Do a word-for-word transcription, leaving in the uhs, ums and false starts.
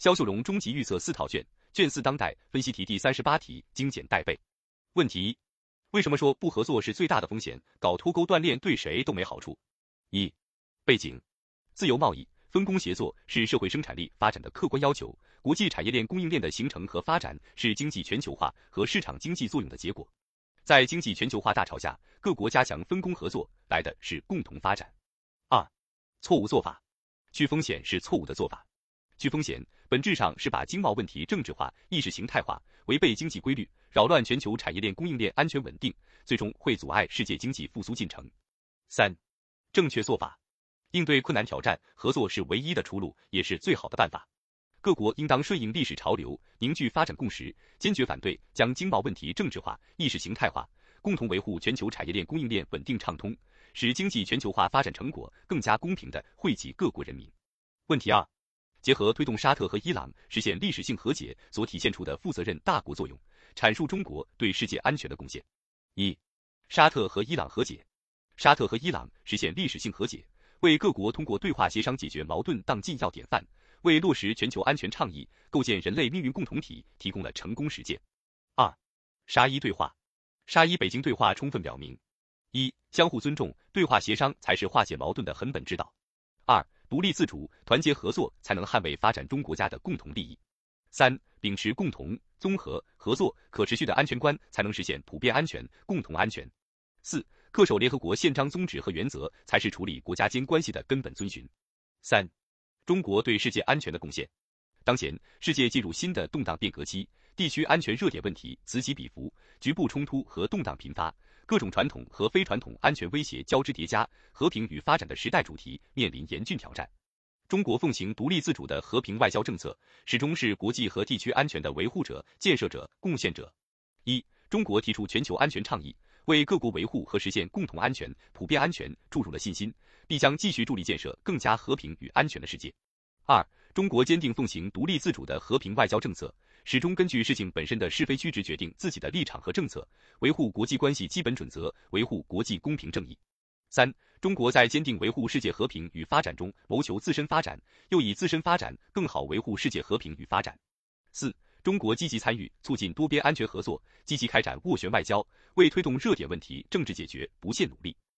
肖秀荣终极预测四套卷，卷四当代分析题第三十八题，精简带背。问题一：为什么说不合作是最大的风险？搞脱钩断链对谁都没好处。一、背景：自由贸易、分工协作是社会生产力发展的客观要求，国际产业链供应链的形成和发展是经济全球化和市场经济作用的结果。在经济全球化大潮下，各国加强分工合作，来的是共同发展。二、错误做法：去风险是错误的做法。去风险本质上是把经贸问题政治化、意识形态化，违背经济规律，扰乱全球产业链供应链安全稳定，最终会阻碍世界经济复苏进程。三、正确做法：应对困难挑战，合作是唯一的出路，也是最好的办法。各国应当顺应历史潮流，凝聚发展共识，坚决反对将经贸问题政治化、意识形态化，共同维护全球产业链供应链稳定畅通，使经济全球化发展成果更加公平地惠及各国人民。问题二：结合推动沙特和伊朗实现历史性和解所体现出的负责任大国作用，阐述中国对世界安全的贡献。一、沙特和伊朗和解。沙特和伊朗实现历史性和解，为各国通过对话协商解决矛盾当尽要典范，为落实全球安全倡议、构建人类命运共同体提供了成功实践。二、沙伊对话。沙伊北京对话充分表明：一、相互尊重，对话协商才是化解矛盾的根本之道；二、独立自主、团结合作才能捍卫发展中国家的共同利益；三、秉持共同、综合、合作、可持续的安全观，才能实现普遍安全、共同安全；四、恪守联合国宪章宗旨和原则，才是处理国家间关系的根本遵循。三、中国对世界安全的贡献。当前，世界进入新的动荡变革期，地区安全热点问题此起彼伏，局部冲突和动荡频发，各种传统和非传统安全威胁交织叠加，和平与发展的时代主题面临严峻挑战。中国奉行独立自主的和平外交政策，始终是国际和地区安全的维护者、建设者、贡献者。一、中国提出全球安全倡议，为各国维护和实现共同安全、普遍安全注入了信心，必将继续助力建设更加和平与安全的世界。二、中国坚定奉行独立自主的和平外交政策，始终根据事情本身的是非曲直决定自己的立场和政策，维护国际关系基本准则，维护国际公平正义。三、中国在坚定维护世界和平与发展中谋求自身发展，又以自身发展更好维护世界和平与发展。四、中国积极参与促进多边安全合作，积极开展斡旋外交，为推动热点问题政治解决不懈努力。